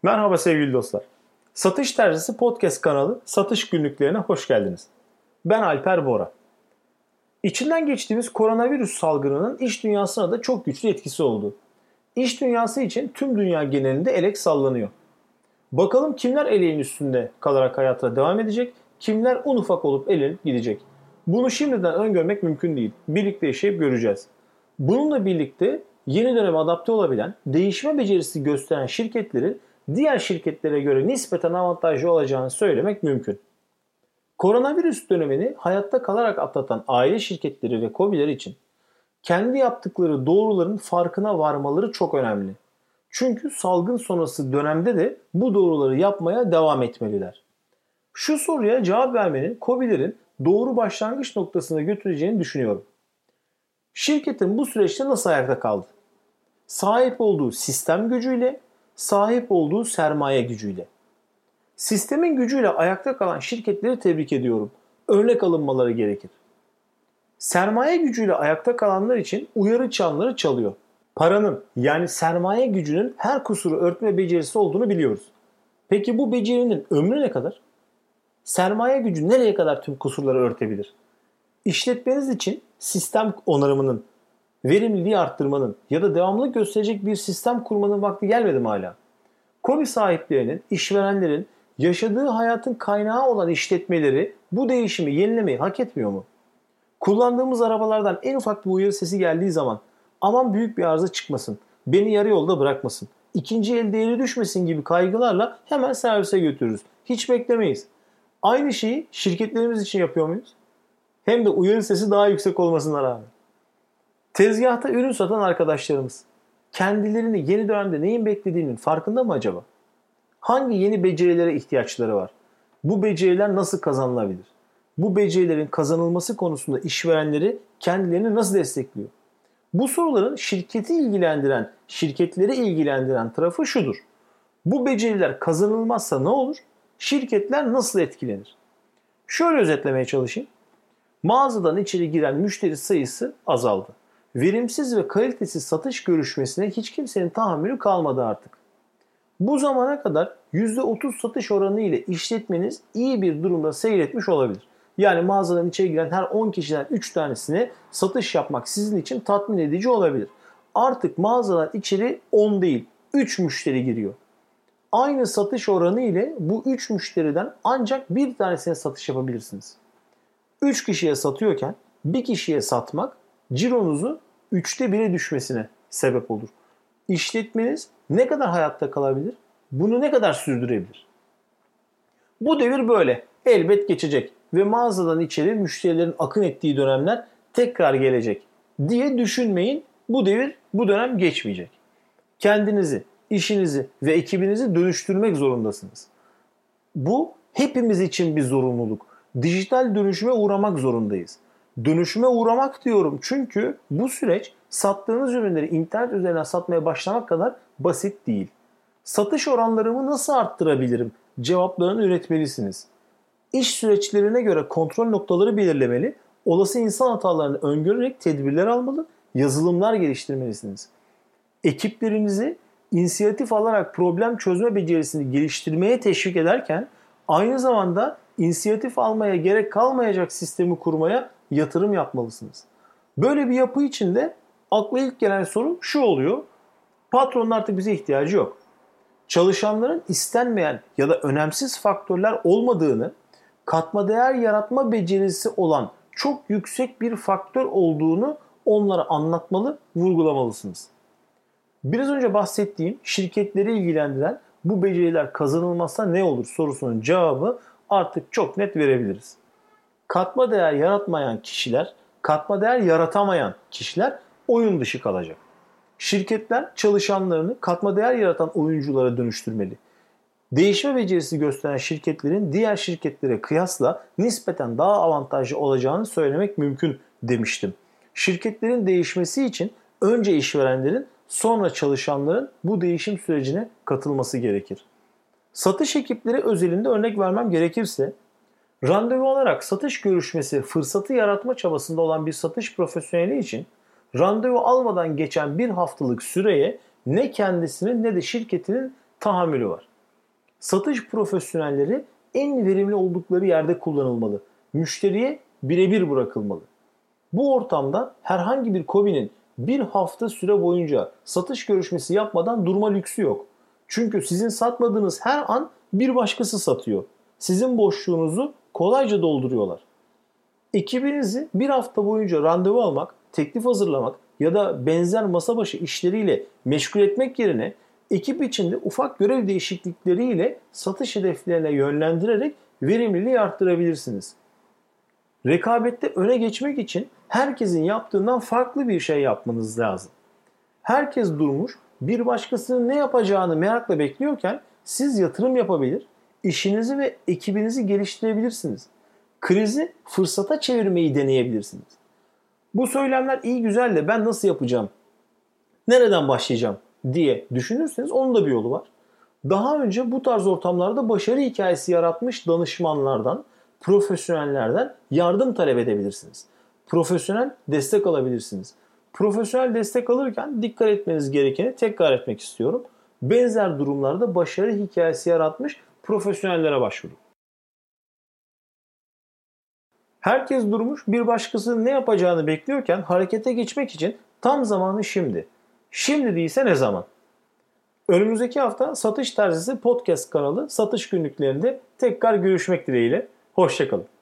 Merhaba sevgili dostlar. Satış Tercihsi Podcast kanalı Satış Günlüklerine hoş geldiniz. Ben Alper Bora. İçinden geçtiğimiz koronavirüs salgınının iş dünyasına da çok güçlü etkisi oldu. İş dünyası için tüm dünya genelinde elek sallanıyor. Bakalım kimler eleğin üstünde kalarak hayatına devam edecek, kimler un ufak olup elenip gidecek. Bunu şimdiden öngörmek mümkün değil. Birlikte yaşayıp göreceğiz. Bununla birlikte yeni döneme adapte olabilen, değişme becerisi gösteren şirketlerin diğer şirketlere göre nispeten avantajlı olacağını söylemek mümkün. Koronavirüs dönemini hayatta kalarak atlatan aile şirketleri ve KOBİ'ler için kendi yaptıkları doğruların farkına varmaları çok önemli. Çünkü salgın sonrası dönemde de bu doğruları yapmaya devam etmeliler. Şu soruya cevap vermenin KOBİ'lerin doğru başlangıç noktasına götüreceğini düşünüyorum. Şirketin bu süreçte nasıl ayakta kaldı? Sahip olduğu sistem gücüyle, sahip olduğu sermaye gücüyle. Sistemin gücüyle ayakta kalan şirketleri tebrik ediyorum. Örnek alınmaları gerekir. Sermaye gücüyle ayakta kalanlar için uyarı çanları çalıyor. Paranın yani sermaye gücünün her kusuru örtme becerisi olduğunu biliyoruz. Peki bu becerinin ömrü ne kadar? Sermaye gücü nereye kadar tüm kusurları örtebilir? İşletmeniz için sistem onarımının, verimliliği arttırmanın ya da devamlılık gösterecek bir sistem kurmanın vakti gelmedi mi hala? KOBİ sahiplerinin, işverenlerin yaşadığı hayatın kaynağı olan işletmeleri bu değişimi yenilemeyi hak etmiyor mu? Kullandığımız arabalardan en ufak bir uyarı sesi geldiği zaman aman büyük bir arıza çıkmasın, beni yarı yolda bırakmasın, ikinci el değeri düşmesin gibi kaygılarla hemen servise götürürüz. Hiç beklemeyiz. Aynı şeyi şirketlerimiz için yapıyor muyuz? Hem de uyarı sesi daha yüksek olmasına rağmen. Tezgahta ürün satan arkadaşlarımız kendilerini yeni dönemde neyin beklediğinin farkında mı acaba? Hangi yeni becerilere ihtiyaçları var? Bu beceriler nasıl kazanılabilir? Bu becerilerin kazanılması konusunda işverenleri kendilerini nasıl destekliyor? Bu soruların şirketleri ilgilendiren tarafı şudur. Bu beceriler kazanılmazsa ne olur? Şirketler nasıl etkilenir? Şöyle özetlemeye çalışayım. Mağazadan içeri giren müşteri sayısı azaldı. Verimsiz ve kalitesiz satış görüşmesine hiç kimsenin tahammülü kalmadı artık. Bu zamana kadar %30 satış oranı ile işletmeniz iyi bir durumda seyretmiş olabilir. Yani mağazadan içeri giren her 10 kişiden 3 tanesine satış yapmak sizin için tatmin edici olabilir. Artık mağazadan içeri 10 değil 3 müşteri giriyor. Aynı satış oranı ile bu 3 müşteriden ancak bir tanesine satış yapabilirsiniz. 3 kişiye satıyorken bir kişiye satmak cironuzu 3'te 1'e düşmesine sebep olur. İşletmeniz ne kadar hayatta kalabilir? Bunu ne kadar sürdürebilir? Bu devir böyle. Elbet geçecek ve mağazadan içeri müşterilerin akın ettiği dönemler tekrar gelecek diye düşünmeyin. Bu dönem geçmeyecek. Kendinizi, işinizi ve ekibinizi dönüştürmek zorundasınız. Bu hepimiz için bir zorunluluk. Dijital dönüşüme uğramak zorundayız. Dönüşüme uğramak diyorum çünkü bu süreç sattığınız ürünleri internet üzerinden satmaya başlamak kadar basit değil. Satış oranlarımı nasıl arttırabilirim cevaplarını üretmelisiniz. İş süreçlerine göre kontrol noktaları belirlemeli, olası insan hatalarını öngörerek tedbirler almalı, yazılımlar geliştirmelisiniz. Ekiplerinizi inisiyatif alarak problem çözme becerisini geliştirmeye teşvik ederken aynı zamanda inisiyatif almaya gerek kalmayacak sistemi kurmaya yatırım yapmalısınız. Böyle bir yapı içinde akla ilk gelen soru şu oluyor. Patronun artık bize ihtiyacı yok. Çalışanların istenmeyen ya da önemsiz faktörler olmadığını, katma değer yaratma becerisi olan çok yüksek bir faktör olduğunu onlara anlatmalı, vurgulamalısınız. Biraz önce bahsettiğim şirketleri ilgilendiren bu beceriler kazanılmazsa ne olur sorusunun cevabı artık çok net verebiliriz. Katma değer yaratmayan kişiler, katma değer yaratamayan kişiler oyun dışı kalacak. Şirketler çalışanlarını katma değer yaratan oyunculara dönüştürmeli. Değişme becerisi gösteren şirketlerin diğer şirketlere kıyasla nispeten daha avantajlı olacağını söylemek mümkün demiştim. Şirketlerin değişmesi için önce işverenlerin sonra çalışanların bu değişim sürecine katılması gerekir. Satış ekipleri özelinde örnek vermem gerekirse, randevu alarak satış görüşmesi fırsatı yaratma çabasında olan bir satış profesyoneli için randevu almadan geçen bir haftalık süreye ne kendisinin ne de şirketinin tahammülü var. Satış profesyonelleri en verimli oldukları yerde kullanılmalı. Müşteriye birebir bırakılmalı. Bu ortamda herhangi bir KOBİ'nin bir hafta süre boyunca satış görüşmesi yapmadan durma lüksü yok. Çünkü sizin satmadığınız her an bir başkası satıyor. Sizin boşluğunuzu kolayca dolduruyorlar. Ekibinizi bir hafta boyunca randevu almak, teklif hazırlamak ya da benzer masa başı işleriyle meşgul etmek yerine ekip içinde ufak görev değişiklikleriyle satış hedeflerine yönlendirerek verimliliği arttırabilirsiniz. Rekabette öne geçmek için herkesin yaptığından farklı bir şey yapmanız lazım. Herkes durmuş, bir başkasının ne yapacağını merakla bekliyorken siz yatırım yapabilir, işinizi ve ekibinizi geliştirebilirsiniz. Krizi fırsata çevirmeyi deneyebilirsiniz. Bu söylemler iyi güzel de ben nasıl yapacağım, nereden başlayacağım diye düşünürseniz onun da bir yolu var. Daha önce bu tarz ortamlarda başarı hikayesi yaratmış danışmanlardan, profesyonellerden yardım talep edebilirsiniz. Profesyonel destek alabilirsiniz. Profesyonel destek alırken dikkat etmeniz gerekeni tekrar etmek istiyorum. Benzer durumlarda başarı hikayesi yaratmış profesyonellere başvurun. Herkes durmuş, bir başkasının ne yapacağını bekliyorken harekete geçmek için tam zamanı şimdi. Şimdi değilse ne zaman? Önümüzdeki hafta Satış Terzisi Podcast kanalı satış günlüklerinde tekrar görüşmek dileğiyle. Hoşça kalın.